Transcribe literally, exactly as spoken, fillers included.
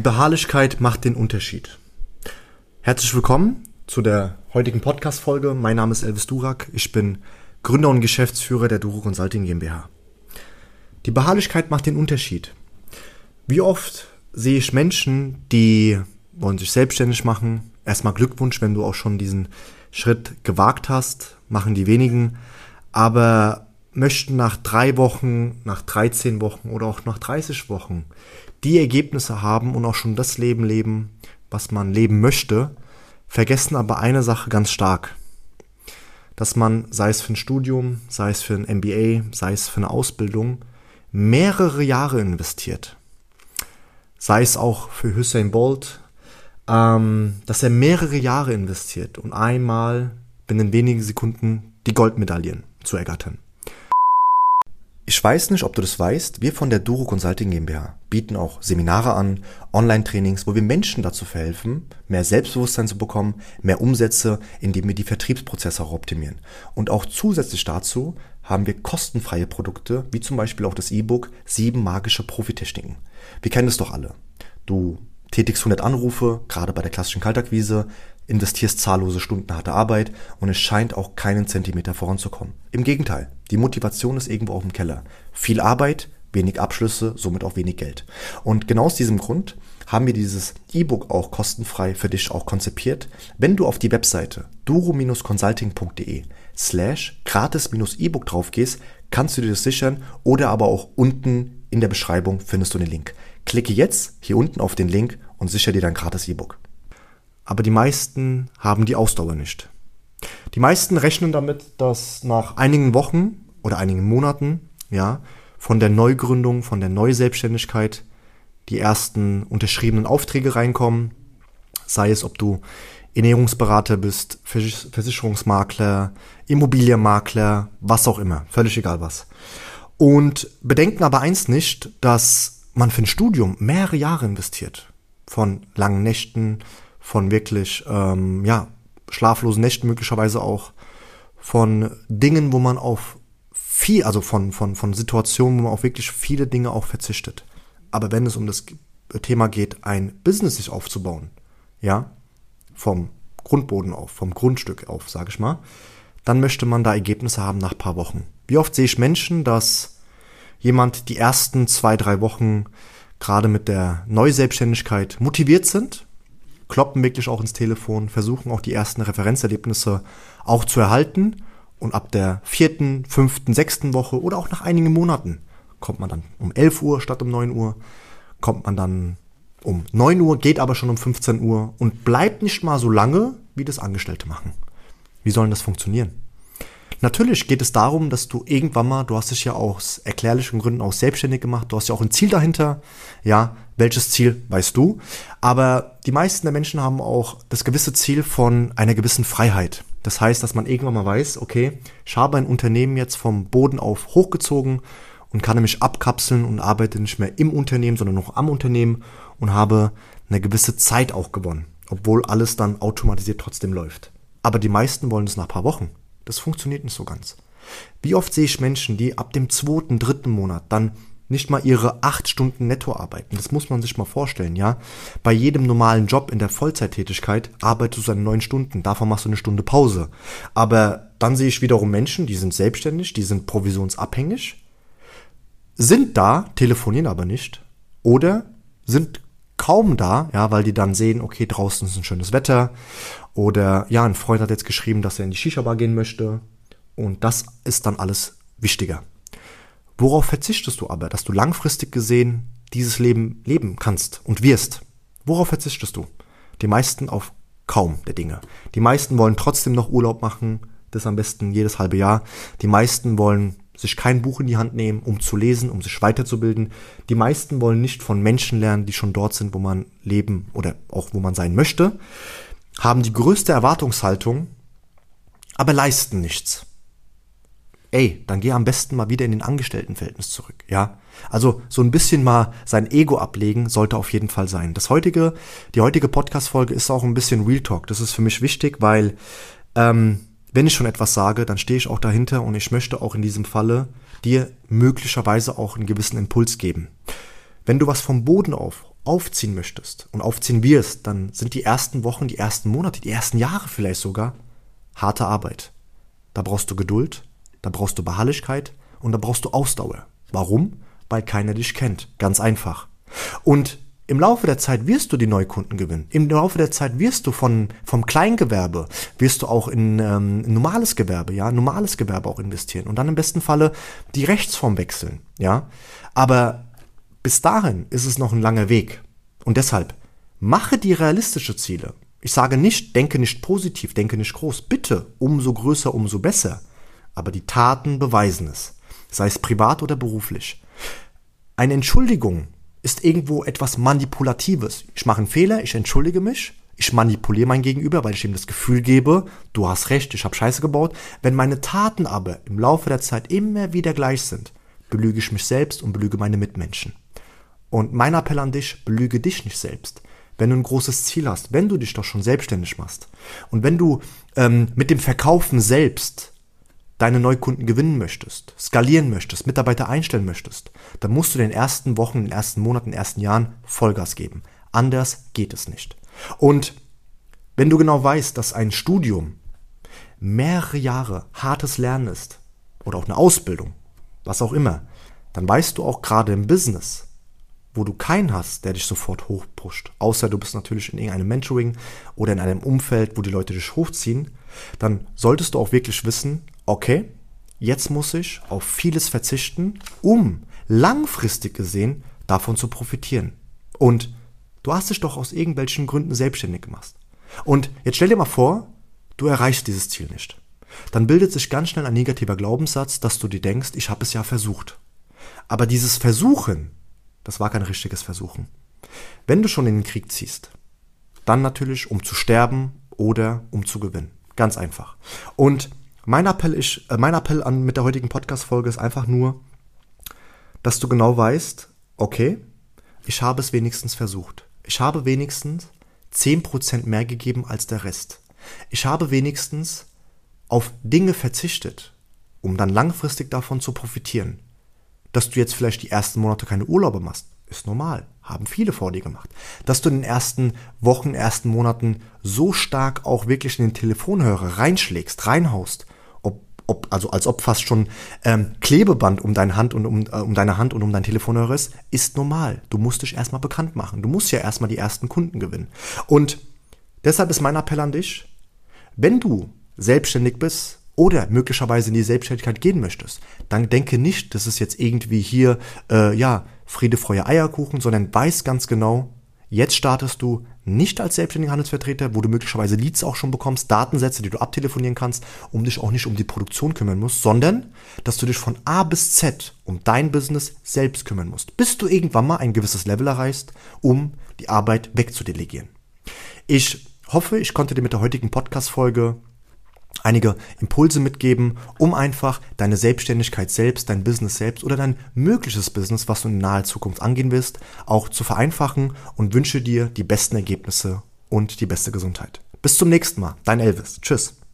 Beharrlichkeit macht den Unterschied. Herzlich willkommen zu der heutigen Podcast-Folge. Mein Name ist Elvis Durak. Ich bin Gründer und Geschäftsführer der Duro Consulting GmbH. Die Beharrlichkeit macht den Unterschied. Wie oft sehe ich Menschen, die wollen sich selbstständig machen. Erstmal Glückwunsch, wenn du auch schon diesen Schritt gewagt hast. Machen die wenigen. Aber möchten nach drei Wochen, nach dreizehn Wochen oder auch nach dreißig Wochen die Ergebnisse haben und auch schon das Leben leben, was man leben möchte, vergessen aber eine Sache ganz stark. Dass man, sei es für ein Studium, sei es für ein M B A, sei es für eine Ausbildung, mehrere Jahre investiert. Sei es auch für Usain Bolt, ähm, dass er mehrere Jahre investiert und einmal binnen wenigen Sekunden die Goldmedaillen zu ergattern. Ich weiß nicht, ob du das weißt, wir von der Duro Consulting GmbH bieten auch Seminare an, Online-Trainings, wo wir Menschen dazu verhelfen, mehr Selbstbewusstsein zu bekommen, mehr Umsätze, indem wir die Vertriebsprozesse auch optimieren. Und auch zusätzlich dazu haben wir kostenfreie Produkte, wie zum Beispiel auch das E-Book sieben magische Profitechniken. Wir kennen das doch alle. Du tätigst hundert Anrufe, gerade bei der klassischen Kaltakquise, investierst zahllose Stunden harte Arbeit und es scheint auch keinen Zentimeter voranzukommen. Im Gegenteil, die Motivation ist irgendwo auf dem Keller. Viel Arbeit, wenig Abschlüsse, somit auch wenig Geld. Und genau aus diesem Grund haben wir dieses E-Book auch kostenfrei für dich auch konzipiert. Wenn du auf die Webseite duro-consulting.de slash gratis-E-Book drauf gehst, kannst du dir das sichern oder aber auch unten in der Beschreibung findest du den Link. Klicke jetzt hier unten auf den Link und sichere dir dein gratis E-Book. Aber die meisten haben die Ausdauer nicht. Die meisten rechnen damit, dass nach einigen Wochen oder einigen Monaten, ja, von der Neugründung, von der Neuselbstständigkeit die ersten unterschriebenen Aufträge reinkommen. Sei es, ob du Ernährungsberater bist, Versicherungsmakler, Immobilienmakler, was auch immer. Völlig egal was. Und bedenken aber eins nicht, dass man für ein Studium mehrere Jahre investiert. Von langen Nächten, von wirklich ähm, ja, schlaflosen Nächten möglicherweise auch, von Dingen, wo man auf viel, also von, von, von Situationen, wo man auf wirklich viele Dinge auch verzichtet. Aber wenn es um das Thema geht, ein Business sich aufzubauen, ja, vom Grundboden auf, vom Grundstück auf, sage ich mal, dann möchte man da Ergebnisse haben nach ein paar Wochen. Wie oft sehe ich Menschen, dass jemand die ersten zwei, drei Wochen gerade mit der Neuselbstständigkeit motiviert sind, kloppen wirklich auch ins Telefon, versuchen auch die ersten Referenzerlebnisse auch zu erhalten und ab der vierten, fünften, sechsten Woche oder auch nach einigen Monaten kommt man dann um elf Uhr statt um neun Uhr, kommt man dann um neun Uhr, geht aber schon um fünfzehn Uhr und bleibt nicht mal so lange, wie das Angestellte machen. Wie soll denn das funktionieren? Natürlich geht es darum, dass du irgendwann mal, du hast dich ja aus erklärlichen Gründen auch selbstständig gemacht, du hast ja auch ein Ziel dahinter, ja, welches Ziel weißt du, aber die meisten der Menschen haben auch das gewisse Ziel von einer gewissen Freiheit. Das heißt, dass man irgendwann mal weiß, okay, ich habe ein Unternehmen jetzt vom Boden auf hochgezogen und kann nämlich abkapseln und arbeite nicht mehr im Unternehmen, sondern noch am Unternehmen und habe eine gewisse Zeit auch gewonnen, obwohl alles dann automatisiert trotzdem läuft. Aber die meisten wollen es nach ein paar Wochen. Das funktioniert nicht so ganz. Wie oft sehe ich Menschen, die ab dem zweiten, dritten Monat dann nicht mal ihre acht Stunden netto arbeiten. Das muss man sich mal vorstellen, ja. Bei jedem normalen Job in der Vollzeittätigkeit arbeitest du seine neun Stunden, davon machst du eine Stunde Pause. Aber dann sehe ich wiederum Menschen, die sind selbstständig, die sind provisionsabhängig, sind da, telefonieren aber nicht oder sind kaum da, ja, weil die dann sehen, okay, draußen ist ein schönes Wetter oder ja, ein Freund hat jetzt geschrieben, dass er in die Shisha-Bar gehen möchte und das ist dann alles wichtiger. Worauf verzichtest du aber, dass du langfristig gesehen dieses Leben leben kannst und wirst? Worauf verzichtest du? Die meisten auf kaum der Dinge. Die meisten wollen trotzdem noch Urlaub machen, das am besten jedes halbe Jahr. Die meisten wollen sich kein Buch in die Hand nehmen, um zu lesen, um sich weiterzubilden. Die meisten wollen nicht von Menschen lernen, die schon dort sind, wo man leben oder auch wo man sein möchte, haben die größte Erwartungshaltung, aber leisten nichts. Ey, dann geh am besten mal wieder in den Angestelltenverhältnis zurück, ja. Also so ein bisschen mal sein Ego ablegen sollte auf jeden Fall sein. Das heutige, die heutige Podcast-Folge ist auch ein bisschen Real Talk. Das ist für mich wichtig, weil ähm, wenn ich schon etwas sage, dann stehe ich auch dahinter und ich möchte auch in diesem Falle dir möglicherweise auch einen gewissen Impuls geben. Wenn du was vom Boden auf aufziehen möchtest und aufziehen wirst, dann sind die ersten Wochen, die ersten Monate, die ersten Jahre vielleicht sogar harte Arbeit. Da brauchst du Geduld, da brauchst du Beharrlichkeit und da brauchst du Ausdauer. Warum? Weil keiner dich kennt. Ganz einfach. Und im Laufe der Zeit wirst du die Neukunden gewinnen. Im Laufe der Zeit wirst du von, vom Kleingewerbe, wirst du auch in ähm, ein normales Gewerbe, ja, normales Gewerbe auch investieren und dann im besten Falle die Rechtsform wechseln, ja. Aber bis dahin ist es noch ein langer Weg. Und deshalb, mache die realistische Ziele. Ich sage nicht, denke nicht positiv, denke nicht groß. Bitte, umso größer, umso besser. Aber die Taten beweisen es. Sei es privat oder beruflich. Eine Entschuldigung ist irgendwo etwas Manipulatives. Ich mache einen Fehler, ich entschuldige mich, ich manipuliere mein Gegenüber, weil ich ihm das Gefühl gebe, du hast recht, ich habe Scheiße gebaut. Wenn meine Taten aber im Laufe der Zeit immer wieder gleich sind, belüge ich mich selbst und belüge meine Mitmenschen. Und mein Appell an dich, belüge dich nicht selbst. Wenn du ein großes Ziel hast, wenn du dich doch schon selbstständig machst und wenn du ähm, mit dem Verkaufen selbst deine Neukunden gewinnen möchtest, skalieren möchtest, Mitarbeiter einstellen möchtest, dann musst du in den ersten Wochen, in den ersten Monaten, in den ersten Jahren Vollgas geben. Anders geht es nicht. Und wenn du genau weißt, dass ein Studium mehrere Jahre hartes Lernen ist oder auch eine Ausbildung, was auch immer, dann weißt du auch gerade im Business, wo du keinen hast, der dich sofort hochpusht, außer du bist natürlich in irgendeinem Mentoring oder in einem Umfeld, wo die Leute dich hochziehen, dann solltest du auch wirklich wissen, okay, jetzt muss ich auf vieles verzichten, um langfristig gesehen davon zu profitieren. Und du hast dich doch aus irgendwelchen Gründen selbstständig gemacht. Und jetzt stell dir mal vor, du erreichst dieses Ziel nicht. Dann bildet sich ganz schnell ein negativer Glaubenssatz, dass du dir denkst, ich habe es ja versucht. Aber dieses Versuchen, das war kein richtiges Versuchen. Wenn du schon in den Krieg ziehst, dann natürlich, um zu sterben oder um zu gewinnen. Ganz einfach. Und mein Appell, ist, äh, mein Appell an mit der heutigen Podcast-Folge ist einfach nur, dass du genau weißt, okay, ich habe es wenigstens versucht. Ich habe wenigstens zehn Prozent mehr gegeben als der Rest. Ich habe wenigstens auf Dinge verzichtet, um dann langfristig davon zu profitieren. Dass du jetzt vielleicht die ersten Monate keine Urlaube machst, ist normal. Haben viele vor dir gemacht. Dass du in den ersten Wochen, ersten Monaten so stark auch wirklich in den Telefonhörer reinschlägst, reinhaust, ob, ob, also als ob fast schon ähm, Klebeband um deine Hand und um, äh, um deine Hand und um dein Telefonhörer ist, ist normal. Du musst dich erstmal bekannt machen. Du musst ja erstmal die ersten Kunden gewinnen. Und deshalb ist mein Appell an dich, wenn du selbstständig bist, oder möglicherweise in die Selbstständigkeit gehen möchtest, dann denke nicht, das ist jetzt irgendwie hier, äh, ja, Friede, Freude, Eierkuchen, sondern weiß ganz genau, jetzt startest du nicht als selbstständiger Handelsvertreter, wo du möglicherweise Leads auch schon bekommst, Datensätze, die du abtelefonieren kannst, um dich auch nicht um die Produktion kümmern musst, sondern, dass du dich von A bis Z um dein Business selbst kümmern musst, bis du irgendwann mal ein gewisses Level erreichst, um die Arbeit wegzudelegieren. Ich hoffe, ich konnte dir mit der heutigen Podcast-Folge einige Impulse mitgeben, um einfach deine Selbstständigkeit selbst, dein Business selbst oder dein mögliches Business, was du in naher Zukunft angehen willst, auch zu vereinfachen und wünsche dir die besten Ergebnisse und die beste Gesundheit. Bis zum nächsten Mal, dein Elvis. Tschüss.